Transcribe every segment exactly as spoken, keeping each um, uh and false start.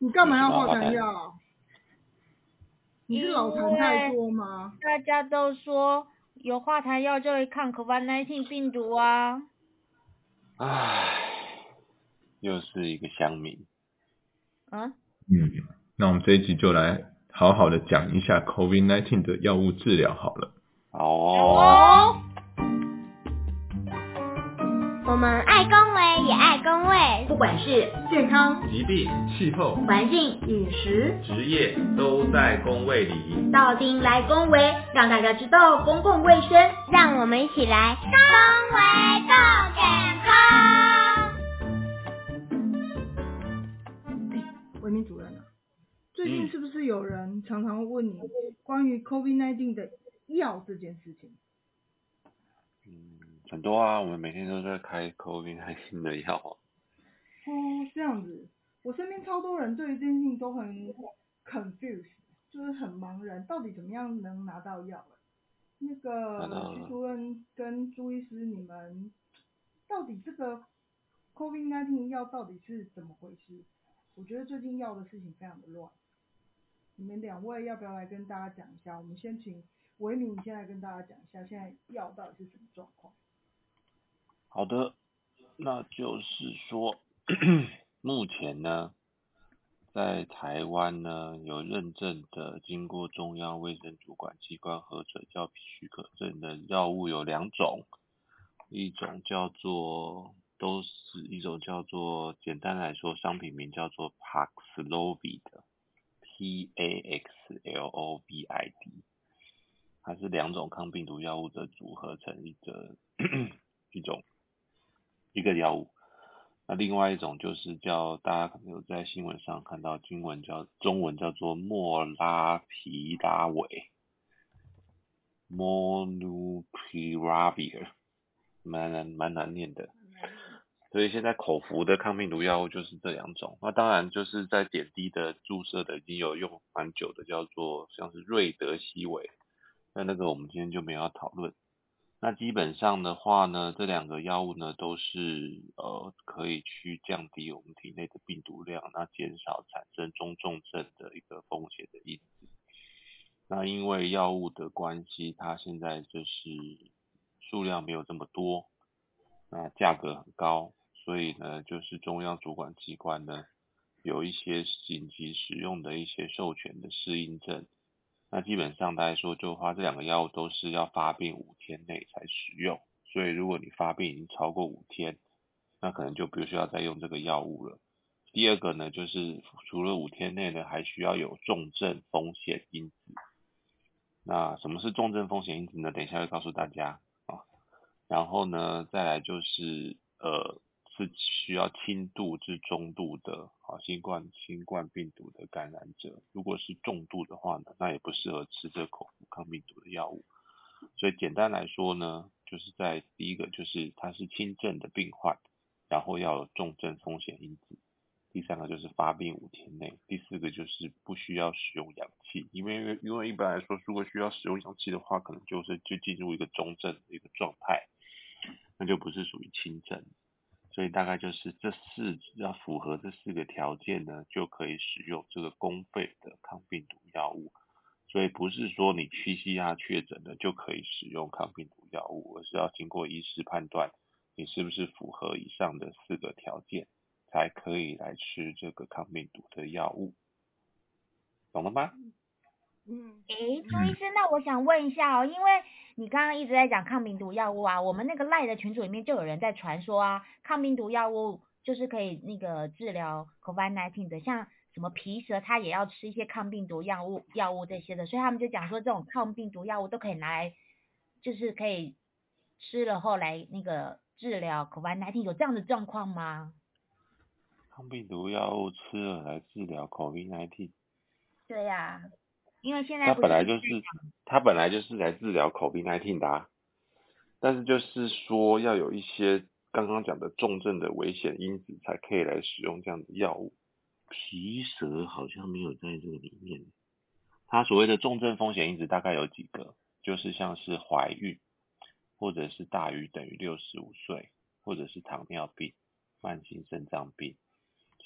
你干嘛要化痰药？你是脑痰太多吗？ 大家都说有化痰药就会抗 COVID 十九 病毒啊。 唉，又是一个乡民。 啊？ 嗯，那我们这一集就来好好的讲一下 COVID 十九 的药物治疗好了。 好哦。 我们爱公卫也爱公卫，不管是健康、 疾病、 气候、 环境、 饮食、 职业，都在公卫里。 到丁来公卫，让大家知道公共卫生，让我们一起来公卫更健康。维明主任啊，最近是不是有人常常问你关于 COVID 十九 的药这件事情？ 嗯，很多啊，我们每天都在开 COVID 十九 的药。 哦，这样子，我身边超多人对于这件事情都很 confused， 就是很茫然，到底怎么样能拿到药？那个徐主任跟朱医师，你们到底这个 COVID 十九 药到底是怎么回事？我觉得最近药的事情非常的乱，你们两位要不要来跟大家讲一下？我们先请维明先来跟大家讲一下，现在药到底是什么状况？ 好的，那就是说，目前呢，在台湾呢有认证的，经过中央卫生主管机关核准药品许可证的药物有两种，一种叫做都是一种叫做简单来说，商品名叫做 Paxlovid 的 P A X L O V I D， 它是两种抗病毒药物的组合成一个一种一个药物。那另外一种就是叫大家可能有在新闻上看到经文叫中文叫做莫拉皮拉韦 Molnupiravir， 蛮难蛮难念的。所以现在口服的抗病毒药物就是这两种。那当然就是在点滴的注射的已经有用蛮久的，叫做像是瑞德西韦。那那个我们今天就没有要讨论。那基本上的话呢，这两个药物呢都是呃可以去降低我们体内的病毒量，那减少产生中重症的一个风险的因子。那因为药物的关系，它现在就是数量没有这么多，那价格很高，所以呢就是中央主管机关呢有一些紧急使用的一些授权的适应症。那基本上来说，就话这两个药物都是要发病五天内才使用，所以如果你发病已经超过五天，那可能就不需要再用这个药物了。第二个呢，就是除了五天内呢，还需要有重症风险因子。那什么是重症风险因子呢？等一下会告诉大家啊。然后呢，再来就是呃。是需要轻度至中度的啊新冠新冠病毒的感染者，如果是重度的话呢，那也不适合吃这口服抗病毒的药物。所以简单来说呢，就是在第一个就是它是轻症的病患，然后要有重症风险因子。第三个就是发病五天内，第四个就是不需要使用氧气，因为因为一般来说，如果需要使用氧气的话，可能就是就进入一个中症的一个状态，那就不是属于轻症。所以大概就是这四要符合这四个条件呢，就可以使用这个公费的抗病毒药物。所以不是说你 P C R 确诊了就可以使用抗病毒药物，而是要经过医师判断你是不是符合以上的四个条件，才可以来吃这个抗病毒的药物。懂了吗？ 嗯，诶，朱医师，那我想问一下哦，因为你刚刚一直在讲抗病毒药物啊，我们那个赖的群组里面就有人在传说啊，抗病毒药物就是可以那个治疗 COVID 十九 的，像什么皮蛇它也要吃一些抗病毒药物药物这些的，所以他们就讲说这种抗病毒药物都可以拿来，就是可以吃了后来那个治疗 COVID 十九，有这样的状况吗？ 抗病毒药物吃了来治疗 COVID 十九？ 对呀、啊。因为现在它不是本来就是它本来就是来治疗 COVID 十九 的啊，但是就是说要有一些刚刚讲的重症的危险因子才可以来使用这样的药物。皮蛇好像没有在这个里面。它所谓的重症风险因子大概有几个，就是像是怀孕，或者是大于等于六十五岁，或者是糖尿病、慢性肾脏病、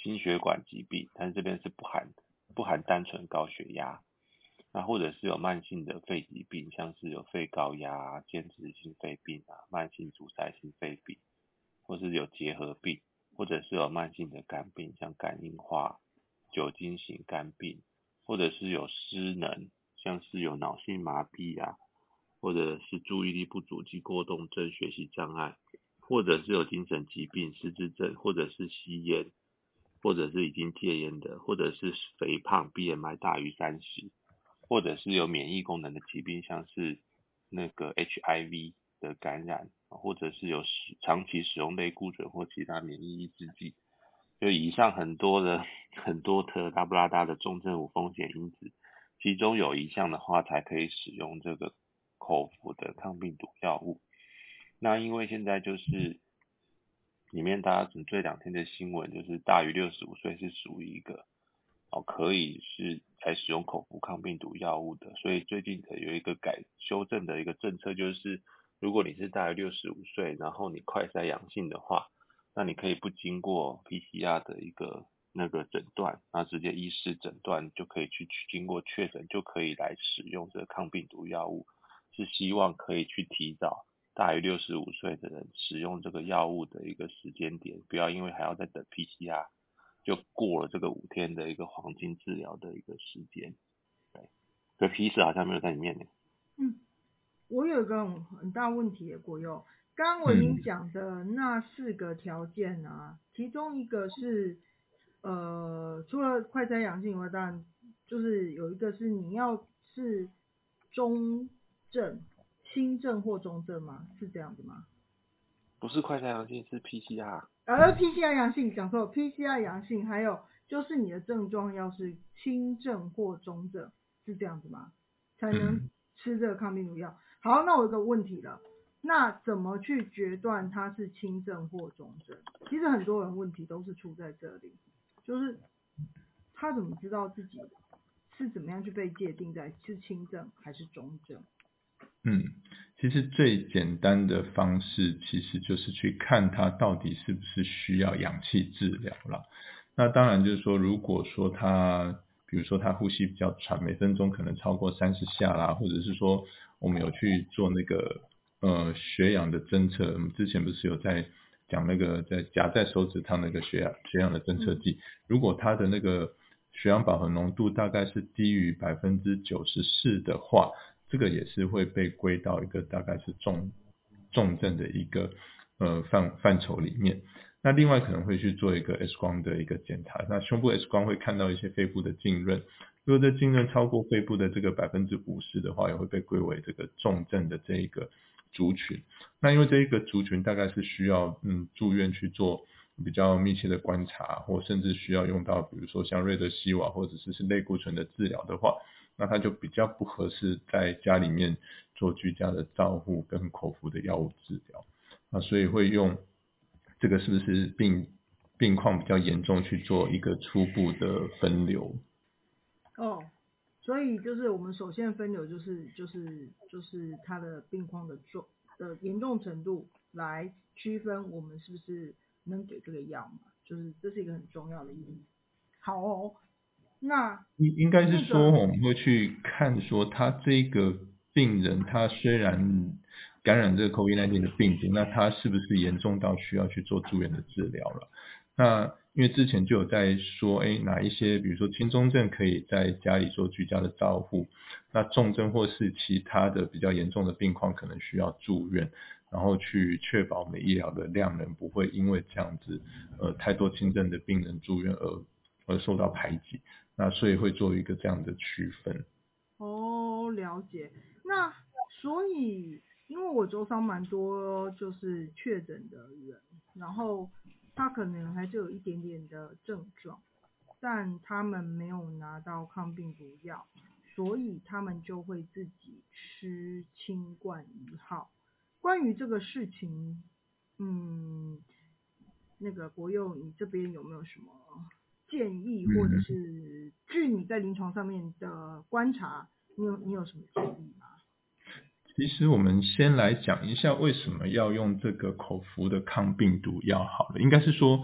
心血管疾病，但是这边是不含不含单纯高血压。那或者是有慢性的肺疾病，像是有肺高压、间质性肺病啊、慢性阻塞性肺病，或是有结核病，或者是有慢性的肝病，像肝硬化、酒精型肝病，或者是有失能，像是有脑性麻痹啊，或者是注意力不足及过动症、学习障碍，或者是有精神疾病、失智症，或者是吸烟，或者是已经戒烟的，或者是肥胖 B M I 大于三十，或者是有免疫功能的疾病，像是那个 H I V 的感染，或者是有长期使用类固醇或其他免疫抑制剂。就以上很多的很多的拉布拉多的重症无风险因子，其中有一项的话才可以使用这个口服的抗病毒药物。那因为现在就是里面大家整这两天的新闻，就是大于六十五岁是属于一个哦可以是才使用口服抗病毒药物的，所以最近的有一个改修正的一个政策，就是如果你是大于六十五岁，然后你快筛阳性的话，那你可以不经过 P C R 的一个那个诊断，然后直接医师诊断就可以去经过确诊就可以来使用这个抗病毒药物，是希望可以去提早大于六十五岁的人使用这个药物的一个时间点，不要因为还要再等 P C R 就过了这个五天的一个黄金治疗的一个时间。对，可 P C R 好像没有在里面呢。 嗯，我有一个很大问题耶，国佑，刚刚我已经讲的那四个条件啊，嗯、其中一个是呃，除了快筛阳性以外，当然就是有一个是你要是中症、轻症或中症吗？是这样子吗？ 不是快筛阳性，是 P C R。 呃 ，P C R 阳性，讲错 ，P C R 阳性，还有就是你的症状要是轻症或中症，是这样子吗？才能吃这个抗病毒药。好，那我有个问题了，那怎么去决断它是轻症或中症？其实很多人问题都是出在这里，就是他怎么知道自己是怎么样去被界定在是轻症还是中症？ 嗯，其实最简单的方式其实就是去看他到底是不是需要氧气治疗了。那当然就是说，如果说他比如说他呼吸比较喘，每分钟可能超过三十下啦，或者是说我们有去做那个呃血氧的侦测，我们之前不是有在讲那个在夹在手指上那个血氧血氧的侦测剂，如果他的那个血氧饱和浓度大概是低于百分之九十四的话，这个也是会被归到一个大概是重重症的一个呃范范畴里面。那另外可能会去做一个 X 光的一个检查，那胸部 X 光会看到一些肺部的浸润，如果这浸润超过肺部的这个百分之五十的话，也会被归为这个重症的这一个族群。那因为这一个族群大概是需要嗯住院去做比较密切的观察，或甚至需要用到比如说像瑞德西瓦或者是是类固醇的治疗的话，那它就比较不合适在家里面做居家的照护跟口服的药物治疗。那所以会用这个是不是病病况比较严重去做一个初步的分流。 哦，所以就是我们首先分流就是就是就是它的病况的重的严重程度来区分我们是不是能给这个药嘛，就是这是一个很重要的意义。好哦，那应应该是说我们会去看说他这个病人他虽然感染这个 COVID 十九 的病毒，那他是不是严重到需要去做住院的治疗了？那因为之前就有在说，哎，哪一些比如说轻中症可以在家里做居家的照护，那重症或是其他的比较严重的病况可能需要住院，然后去确保我们医疗的量能不会因为这样子呃太多轻症的病人住院而而受到排挤，那所以会做一个这样的区分。 哦，了解。那所以因为我周遭蛮多就是确诊的人，然后他可能还是有一点点的症状，但他们没有拿到抗病毒药，所以他们就会自己吃清冠一号。关于这个事情，嗯，那个国佑你这边有没有什么建议，或者是据你在临床上面的观察，你有你有什么建议吗？ 其实我们先来讲一下为什么要用这个口服的抗病毒药好了，应该是说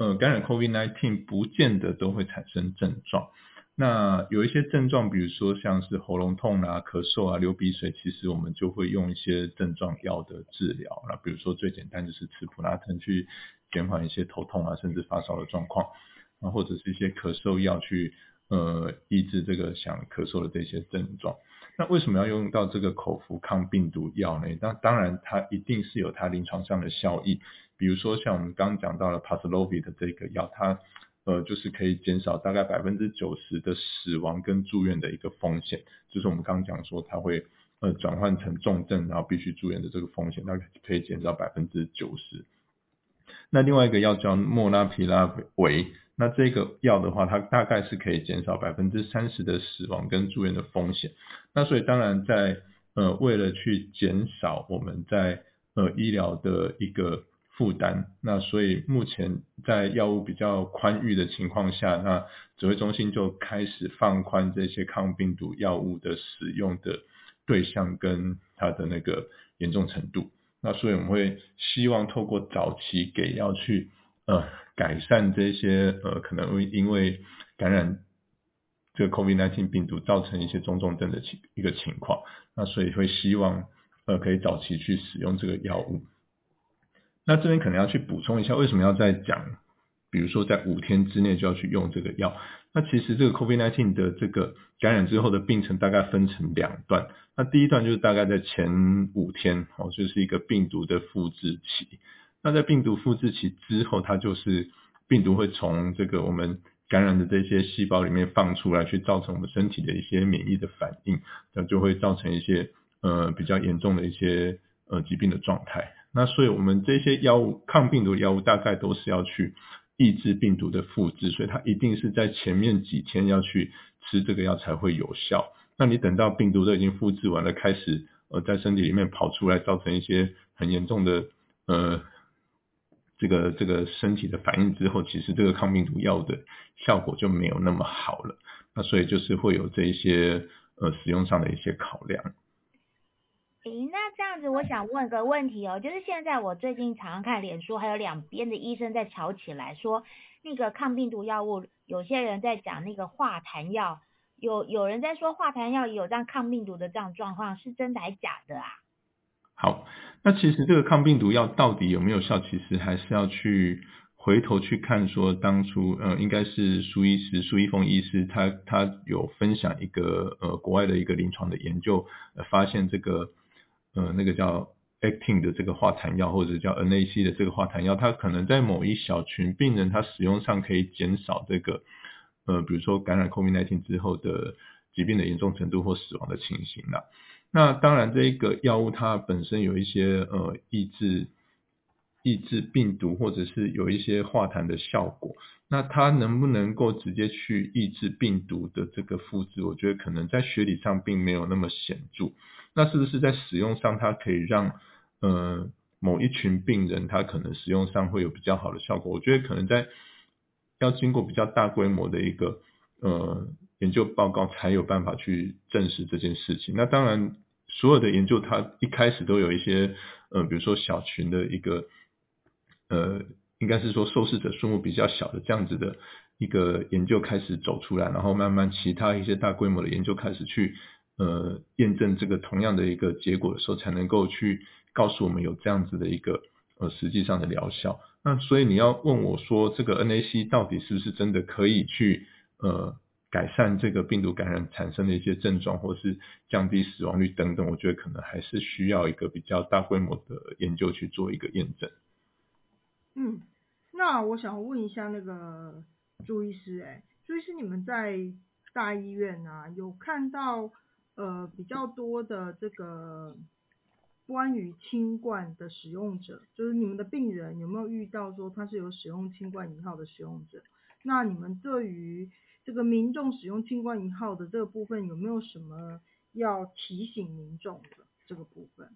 呃感染 COVID 十九 不见得都会产生症状。那有一些症状，比如说像是喉咙痛啊、咳嗽啊、流鼻水，其实我们就会用一些症状药的治疗。那比如说最简单就是吃普拉疼去减缓一些头痛啊，甚至发烧的状况，啊，或者是一些咳嗽药去呃抑制这个想咳嗽的这些症状。那为什么要用到这个口服抗病毒药呢？那当然它一定是有它临床上的效益，比如说像我们刚刚讲到了 Paxlovid 的这个药，它呃，就是可以减少大概 百分之九十 的死亡跟住院的一个风险，就是我们刚刚讲说它会呃转换成重症然后必须住院的这个风险，它可以减少 百分之九十。那另外一个药叫莫拉皮拉韦，那这个药的话它大概是可以减少 百分之三十 的死亡跟住院的风险。那所以当然在呃为了去减少我们在呃医疗的一个负担，那所以目前在药物比较宽裕的情况下，那指挥中心就开始放宽这些抗病毒药物的使用的对象跟它的那个严重程度。那所以我们会希望透过早期给药去呃改善这些呃可能会因为感染这个 COVID 十九 病毒造成一些中重症的情一个情况，那所以会希望呃可以早期去使用这个药物。那这边可能要去补充一下，为什么要再讲比如说在五天之内就要去用这个药。那其实这个 COVID 十九 的这个感染之后的病程大概分成两段，那第一段就是大概在前五天哦，就是一个病毒的复制期。那在病毒复制期之后，它就是病毒会从这个我们感染的这些细胞里面放出来，去造成我们身体的一些免疫的反应，那就会造成一些呃比较严重的一些呃疾病的状态。那所以我们这些药物抗病毒药物大概都是要去抑制病毒的复制，所以它一定是在前面几天要去吃这个药才会有效。那你等到病毒都已经复制完了，开始呃在身体里面跑出来，造成一些很严重的呃这个这个身体的反应之后，其实这个抗病毒药的效果就没有那么好了。那所以就是会有这一些呃使用上的一些考量。 诶，那这样子我想问个问题哦，就是现在我最近常常看脸书，还有两边的医生在吵起来，说那个抗病毒药物，有些人在讲那个化痰药，有有人在说化痰药也有这样抗病毒的这样状况，是真的还假的啊？ 好，那其实这个抗病毒药到底有没有效，其实还是要去回头去看说当初呃应该是苏医师苏一峰医师他他有分享一个呃国外的一个临床的研究，呃、发现这个呃那个叫 Actin 的这个化痰药或者叫 N A C 的这个化痰药，它可能在某一小群病人它使用上可以减少这个呃比如说感染 COVID 十九 之后的疾病的严重程度或死亡的情形啦。那当然这一个药物它本身有一些呃抑制抑制病毒或者是有一些化痰的效果，那它能不能够直接去抑制病毒的这个复制，我觉得可能在学理上并没有那么显著。那是不是在使用上它可以让呃某一群病人他可能使用上会有比较好的效果，我觉得可能在要经过比较大规模的一个呃研究报告才有办法去证实这件事情。那当然所有的研究它一开始都有一些呃比如说小群的一个呃应该是说受试者数目比较小的这样子的一个研究开始走出来，然后慢慢其他一些大规模的研究开始去呃验证这个同样的一个结果的时候，才能够去告诉我们有这样子的一个呃实际上的疗效。那所以你要问我说这个 N A C 到底是不是真的可以去呃改善这个病毒感染产生的一些症状，或是降低死亡率等等，我觉得可能还是需要一个比较大规模的研究去做一个验证。 嗯，那我想问一下那个朱医师，哎，朱医师你们在大医院啊有看到呃比较多的这个关于清冠的使用者，就是你们的病人有没有遇到说他是有使用清冠一号的使用者？那你们对于这个民众使用清冠一号的这个部分有没有什么要提醒民众的这个部分？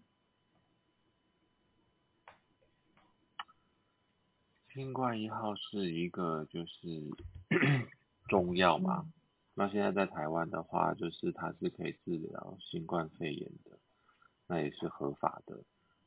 清冠一号是一个就是中药嘛、嗯，那现在在台湾的话，就是它是可以治疗新冠肺炎的，那也是合法的。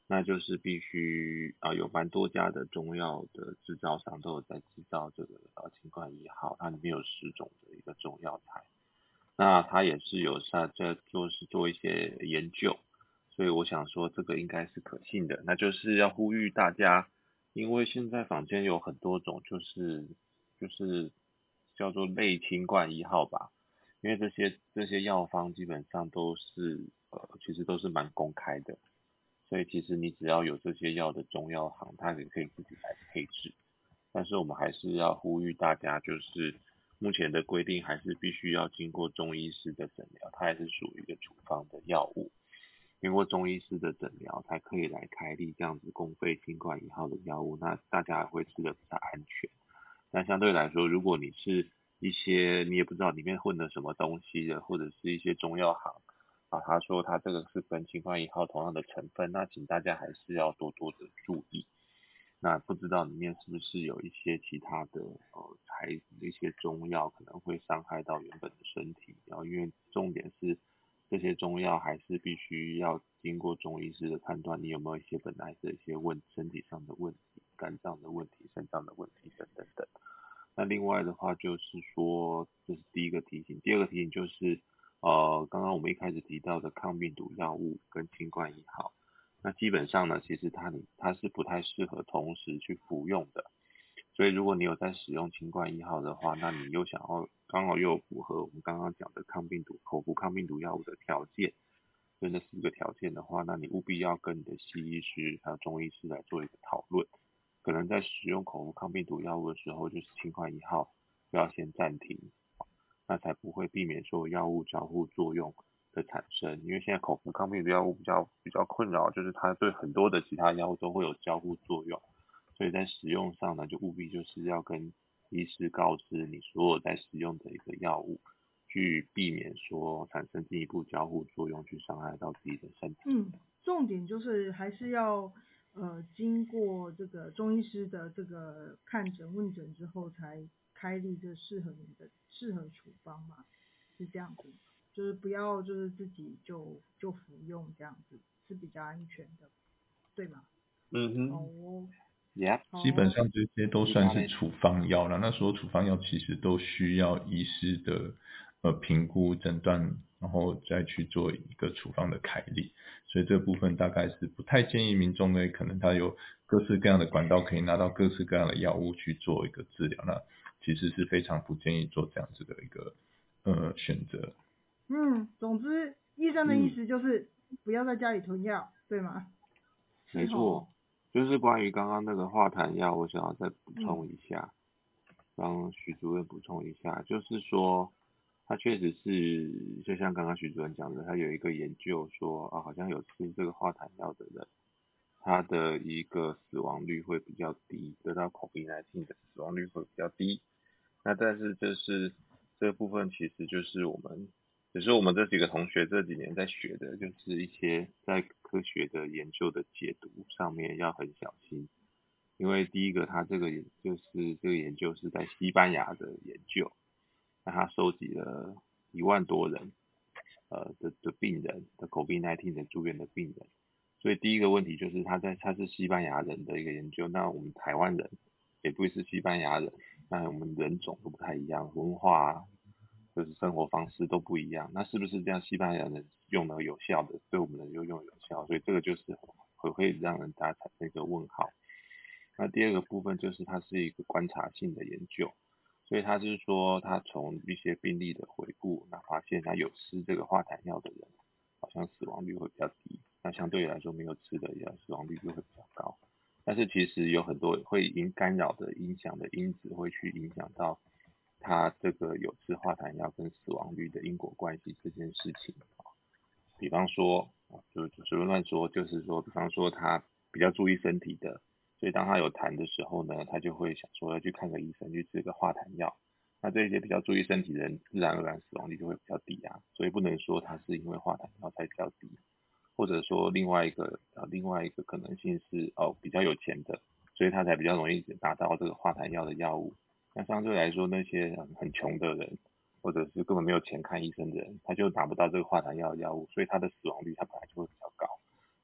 那就是必须啊、呃、有蛮多家的中药的制造商都有在制造这个呃清冠一号，它里面有十种的一个中药材，那它也是有在在做是做一些研究，所以我想说这个应该是可信的，那就是要呼吁大家，因为现在坊间有很多种就是就是叫做类清冠一号吧，因为这些这些药方基本上都是呃其实都是蛮公开的。所以其实你只要有这些药的中药行，它也可以自己来配置。但是我们还是要呼吁大家，就是目前的规定还是必须要经过中医师的诊疗，它还是属于一个处方的药物，经过中医师的诊疗才可以来开立这样子公费清冠一号的药物，那大家会吃得比较安全。那相对来说，如果你是一些你也不知道里面混了什么东西的，或者是一些中药行。啊，他说他这个是跟清冠一号同样的成分，那请大家还是要多多的注意。那不知道里面是不是有一些其他的呃材一些中药可能会伤害到原本的身体，然后因为重点是这些中药还是必须要经过中医师的判断，你有没有一些本来的一些问身体上的问题，肝脏的问题、肾脏的问题等等等。那另外的话就是说，这是第一个提醒，第二个提醒就是。呃，刚刚我们一开始提到的抗病毒药物跟清冠一号，那基本上呢，其实它你它是不太适合同时去服用的。所以如果你有在使用清冠一号的话，那你又想要刚好又有符合我们刚刚讲的抗病毒口服抗病毒药物的条件，就那四个条件的话，那你务必要跟你的西医师还有中医师来做一个讨论。可能在使用口服抗病毒药物的时候，就是清冠一号要先暂停。那才不会避免说药物交互作用的产生，因为现在口服抗病毒药物比较比较困扰，就是它对很多的其他药物都会有交互作用，所以在使用上呢，就务必就是要跟医师告知你所有在使用的一个药物，去避免说产生进一步交互作用，去伤害到自己的身体。 嗯，重点就是还是要呃经过这个中医师的这个看诊问诊之后才开立这适合你的适合处方嘛，是这样子，就是不要就是自己就就服用这样子是比较安全的，对吗？ 嗯哼。 哦。 Yeah. 基本上这些都算是处方药了。那所有处方药其实都需要医师的呃评估诊断，然后再去做一个处方的开立。所以这部分大概是不太建议民众呢，可能他有各式各样的管道可以拿到各式各样的药物去做一个治疗，那其实是非常不建议做这样子的一个呃选择。 嗯，总之医生的意思就是不要在家里囤药，嗯、对吗？ 没错。就是关于刚刚那个化痰药，我想要再补充一下，帮、嗯、许主任补充一下，就是说，他确实是，就像刚刚许主任讲的，他有一个研究说，啊，好像有吃这个化痰药的人，他的一个死亡率会比较低，得到 COVID 十九 的死亡率会比较低。那但是就是这个部分，其实就是我们。只是我们这几个同学这几年在学的，就是一些在科学的研究的解读上面要很小心，因为第一个，他这个就是这个研究是在西班牙的研究，那他收集了一万多人，呃的的病人的 COVID 十九 的住院的病人，所以第一个问题就是他在他是西班牙人的一个研究，那我们台湾人也不是西班牙人，那我们人种都不太一样，文化啊。就是生活方式都不一样，那是不是这样西班牙人用的有效的，对我们人就用有效，所以这个就是会会让人大家产生一个问号。那第二个部分就是它是一个观察性的研究，所以他就是说他从一些病例的回顾，那发现他有吃这个化痰药的人，好像死亡率会比较低，那相对来说没有吃的药死亡率就会比较高。但是其实有很多会因干扰的影响的因子会去影响到他这个有吃化痰药跟死亡率的因果关系这件事情，比方说，就随便乱说，就是说，比方说他比较注意身体的，所以当他有痰的时候呢，他就会想说要去看个医生，去吃个化痰药。那这些比较注意身体的人，自然而然死亡率就会比较低啊，所以不能说他是因为化痰药才比较低，或者说另外一个呃另外一个可能性是哦比较有钱的，所以他才比较容易拿到这个化痰药的药物。那相对来说，那些很穷的人，或者是根本没有钱看医生的人，他就拿不到这个化痰药的药物，所以他的死亡率他本来就会比较高。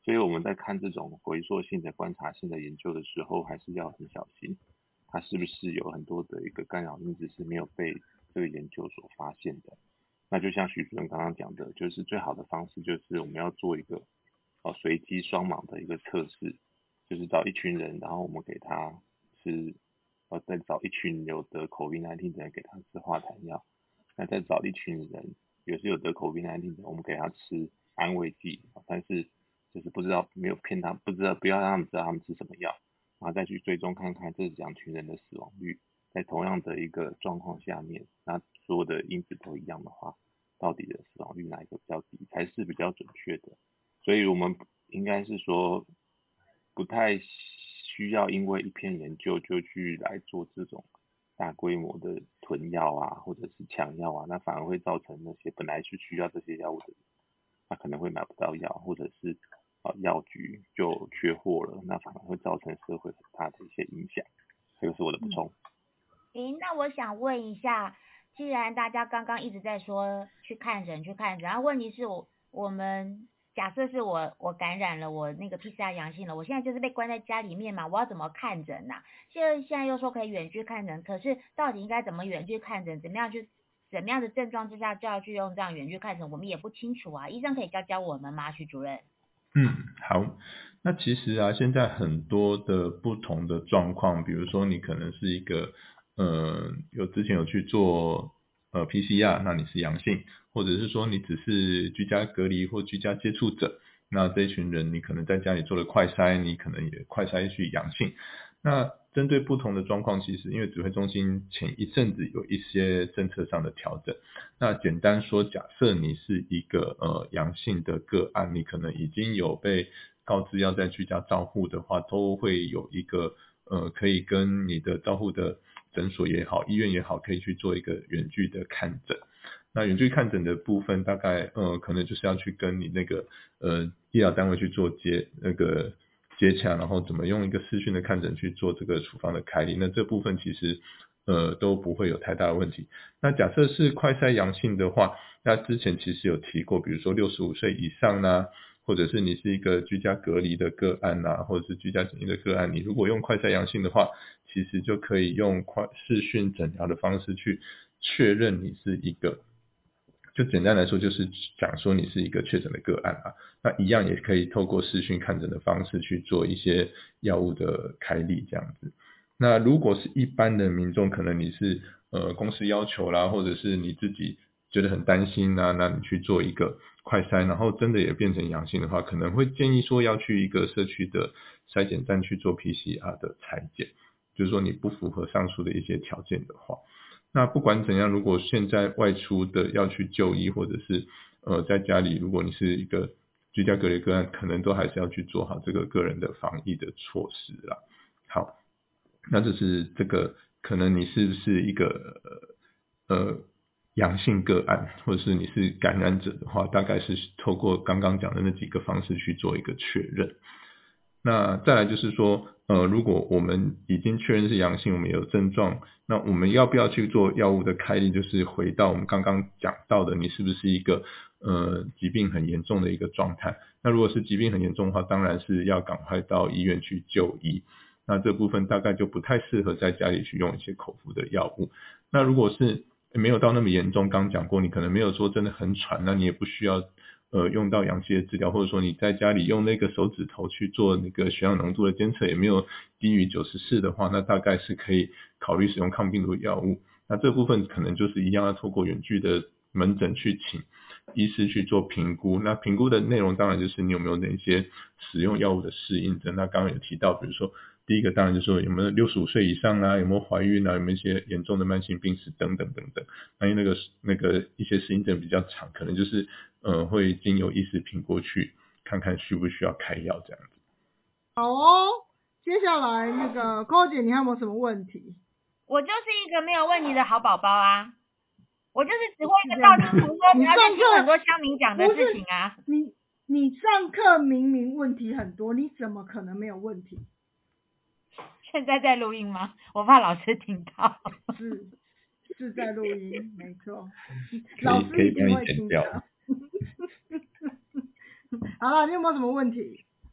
所以我们在看这种回溯性的观察性的研究的时候，还是要很小心，它是不是有很多的一个干扰因子是没有被这个研究所发现的。那就像许主任刚刚讲的，就是最好的方式就是我们要做一个呃随机双盲的一个测试，就是找一群人，然后我们给他吃，呃再找一群有得 COVID 十九 的人给他吃化痰药，那再找一群人也是有得 COVID 十九 的，我们给他吃安慰剂，但是就是不知道没有骗他，不知道不要让他们知道他们吃什么药，然后再去追踪看看这两群人的死亡率，在同样的一个状况下面，那所有的因子都一样的话，到底的死亡率哪一个比较低才是比较准确的。所以我们应该是说不太需要因为一篇研究就去来做这种大规模的囤药啊，或者是抢药啊，那反而会造成那些本来是需要这些药物的人，他可能会买不到药，或者是呃药局就缺货了，那反而会造成社会很大的一些影响。这个是我的补充。 诶，那我想问一下，既然大家刚刚一直在说去看诊去看诊，然后问题是我我们假设是我我感染了，我那个 P C R 阳性了，我现在就是被关在家里面嘛，我要怎么看诊啊？现在现在又说可以远距看诊，可是到底应该怎么远距看诊？怎么样去怎么样的症状之下就要去用这样远距看诊？我们也不清楚啊，医生可以教教我们吗？徐主任？ 嗯，好。那其实啊，现在很多的不同的状况，比如说你可能是一个呃有之前有去做呃 P C R， 那你是阳性，或者是说你只是居家隔离或居家接触者，那这一群人你可能在家里做了快筛，你可能也快筛去阳性。那针对不同的状况，其实因为指挥中心前一阵子有一些政策上的调整，那简单说，假设你是一个呃阳性的个案，你可能已经有被告知要在居家照护的话，都会有一个呃可以跟你的照护的诊所也好，医院也好，可以去做一个远距的看诊。那远距看诊的部分，大概呃可能就是要去跟你那个呃医疗单位去做接那个接洽，然后怎么用一个视讯的看诊去做这个处方的开立，那这部分其实呃都不会有太大的问题。那假设是快筛阳性的话，那之前其实有提过，比如说六十五岁以上呢，或者是你是一个居家隔离的个案呐、啊，或者是居家检疫的个案，你如果用快筛阳性的话，其实就可以用快视讯诊疗的方式去确认你是一个，就简单来说就是讲说你是一个确诊的个案啊，那一样也可以透过视讯看诊的方式去做一些药物的开立这样子。那如果是一般的民众，可能你是呃公司要求啦，或者是你自己觉得很担心啊，那你去做一个快筛，然后真的也变成阳性的话，可能会建议说要去一个社区的筛检站去做 P C R 的采检，就是说你不符合上述的一些条件的话，那不管怎样，如果现在外出的要去就医，或者是呃在家里，如果你是一个居家隔离个案，可能都还是要去做好这个个人的防疫的措施啦。好，那这是这个可能你是不是一个呃阳性个案，或者是你是感染者的话，大概是透过刚刚讲的那几个方式去做一个确认。那再来就是说，呃，如果我们已经确认是阳性，我们有症状，那我们要不要去做药物的开立？就是回到我们刚刚讲到的，你是不是一个呃疾病很严重的一个状态？那如果是疾病很严重的话，当然是要赶快到医院去就医。那这部分大概就不太适合在家里去用一些口服的药物。那如果是没有到那么严重，刚讲过，你可能没有说真的很喘，那你也不需要呃用到氧气的治疗，或者说你在家里用那个手指头去做那个血氧浓度的监测，也没有低于九十四的话，那大概是可以考虑使用抗病毒药物。那这部分可能就是一样要透过远距的门诊去请医师去做评估，那评估的内容当然就是你有没有那些使用药物的适应症。那刚刚有提到，比如说第一个当然就是说有没有六十五岁以上啊，有没有怀孕啊，有没有一些严重的慢性病史等等等等。那因为那个那个一些适应症比较长，可能就是呃会经由医师评估去看看需不需要开药这样子。 好哦，接下来那个高姐，你还有没有什么问题？ 我就是一个没有问题的好宝宝啊。我就是只会一个道听途说，不要去听很多乡民讲的事情啊。 你你上课明明问题很多，你怎么可能没有问题？ 现在在录音吗？我怕老师听到。 是是在录音，没错。 老师一定会听到。好了，你有没有什么问题？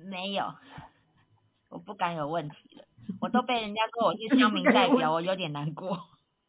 没有，我不敢有问题了，我都被人家说我是乡民代表，我有点难过。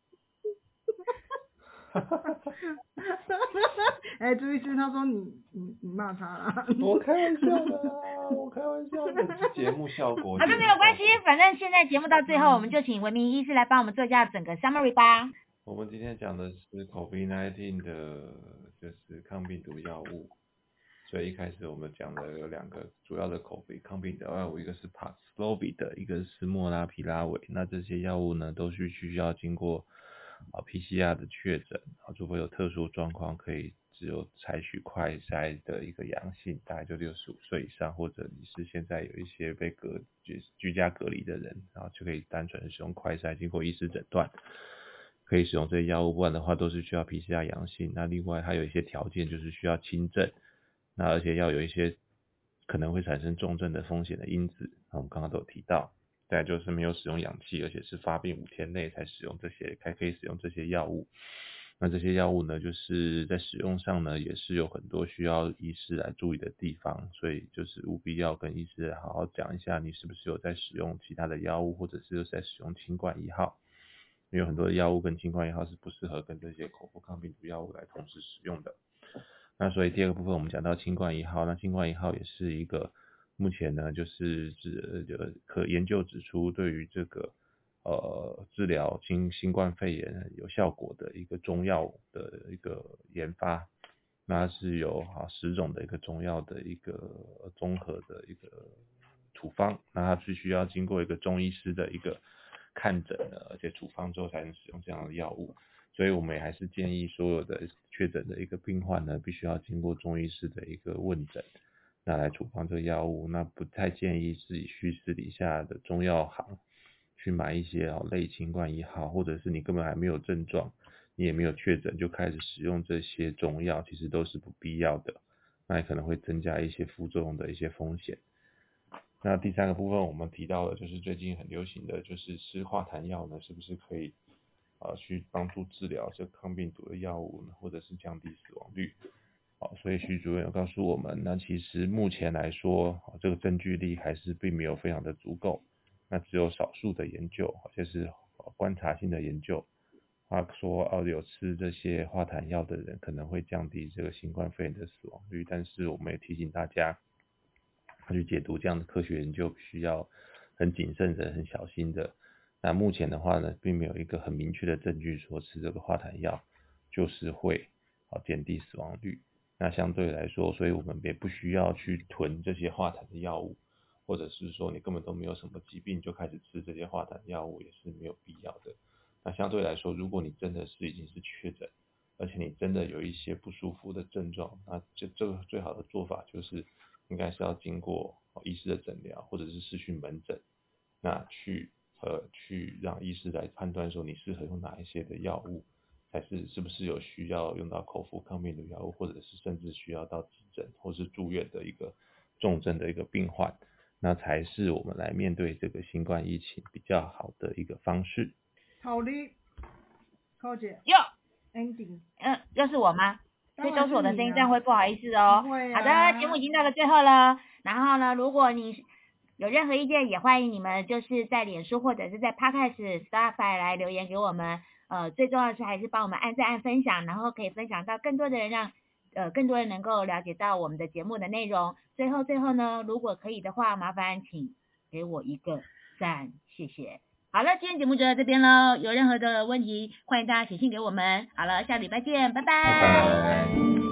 哎，朱医师他说你你你骂他啦。 我开玩笑的啦，我开玩笑的，节目效果。 好的，没有关系，反正现在节目到最后，我们就请文明医师来帮我们做一下整个 summary 吧。 我们今天讲的是 COVID 十九 的，就是抗病毒药物。所以一开始我们讲的有两个主要的 COVID 抗病毒药物，一个是 Paxlovid， 一个是莫拉皮拉韦。那这些药物呢，都是需要经过啊 P C R 的确诊，啊，除非有特殊状况，可以只有采取快筛的一个阳性，大概就六十五岁以上，或者你是现在有一些被隔居家隔离的人，然后就可以单纯使用快筛，经过医师诊断，可以使用这些药物，不然的话都是需要 P C R 阳性。那另外还有一些条件，就是需要轻症，那而且要有一些可能会产生重症的风险的因子，那我们刚刚都有提到。再来就是没有使用氧气，而且是发病五天内才使用这些，才可以使用这些药物。那这些药物呢，就是在使用上呢，也是有很多需要医师来注意的地方，所以就是务必要跟医师好好讲一下，你是不是有在使用其他的药物，或者是在使用清冠一号。因为有很多的药物跟清冠一号是不适合跟这些口服抗病毒药物来同时使用的。那所以第二个部分我们讲到清冠一号，那清冠一号也是一个目前呢就是指呃可研究指出对于这个呃治疗新新冠肺炎有效果的一个中药的一个研发，那是有啊十种的一个中药的一个综合的一个处方，那它是需要经过一个中医师的一个看诊的，而且处方之后才能使用这样的药物。所以我们也还是建议所有的确诊的一个病患呢，必须要经过中医师的一个问诊，那来处方这个药物。那不太建议自己去私底下的中药行去买一些哦类清冠一号，或者是你根本还没有症状，你也没有确诊就开始使用这些中药，其实都是不必要的，那也可能会增加一些副作用的一些风险。那第三个部分我们提到的就是最近很流行的就是吃化痰药呢，是不是可以啊去帮助治疗这抗病毒的药物呢，或者是降低死亡率。好，所以徐主任有告诉我们，那其实目前来说，这个证据力还是并没有非常的足够，那只有少数的研究，就是观察性的研究，他说哦有吃这些化痰药的人可能会降低这个新冠肺炎的死亡率，但是我们也提醒大家，去解读这样的科学研究需要很谨慎的、很小心的。那目前的话呢，并没有一个很明确的证据说吃这个化痰药就是会啊减低死亡率。那相对来说，所以我们也不需要去囤这些化痰的药物，或者是说你根本都没有什么疾病就开始吃这些化痰药物，也是没有必要的。那相对来说，如果你真的是已经是确诊，而且你真的有一些不舒服的症状，那这这个最好的做法就是应该是要经过医师的诊疗，或者是视讯门诊，那去呃去让医师来判断说你适合用哪一些的药物，才是是不是有需要用到口服抗病毒药物，或者是甚至需要到急诊或是住院的一个重症的一个病患，那才是我们来面对这个新冠疫情比较好的一个方式。 好的，寇姐。 哟 ，ending。 嗯，又是我吗？所以都是我的声音，这样会不好意思哦。 好的，节目已经到了最后了。然后呢，如果你有任何意见，也欢迎你们就是在脸书或者是在 Podcast、Spotify 来留言给我们。呃，最重要的是还是帮我们按赞、按分享，然后可以分享到更多的人，让呃更多人能够了解到我们的节目的内容。最后最后呢，如果可以的话，麻烦请给我一个赞，谢谢。好了，今天节目就到这边喽。有任何的问题，欢迎大家写信给我们。好了，下礼拜见，拜拜。 拜拜。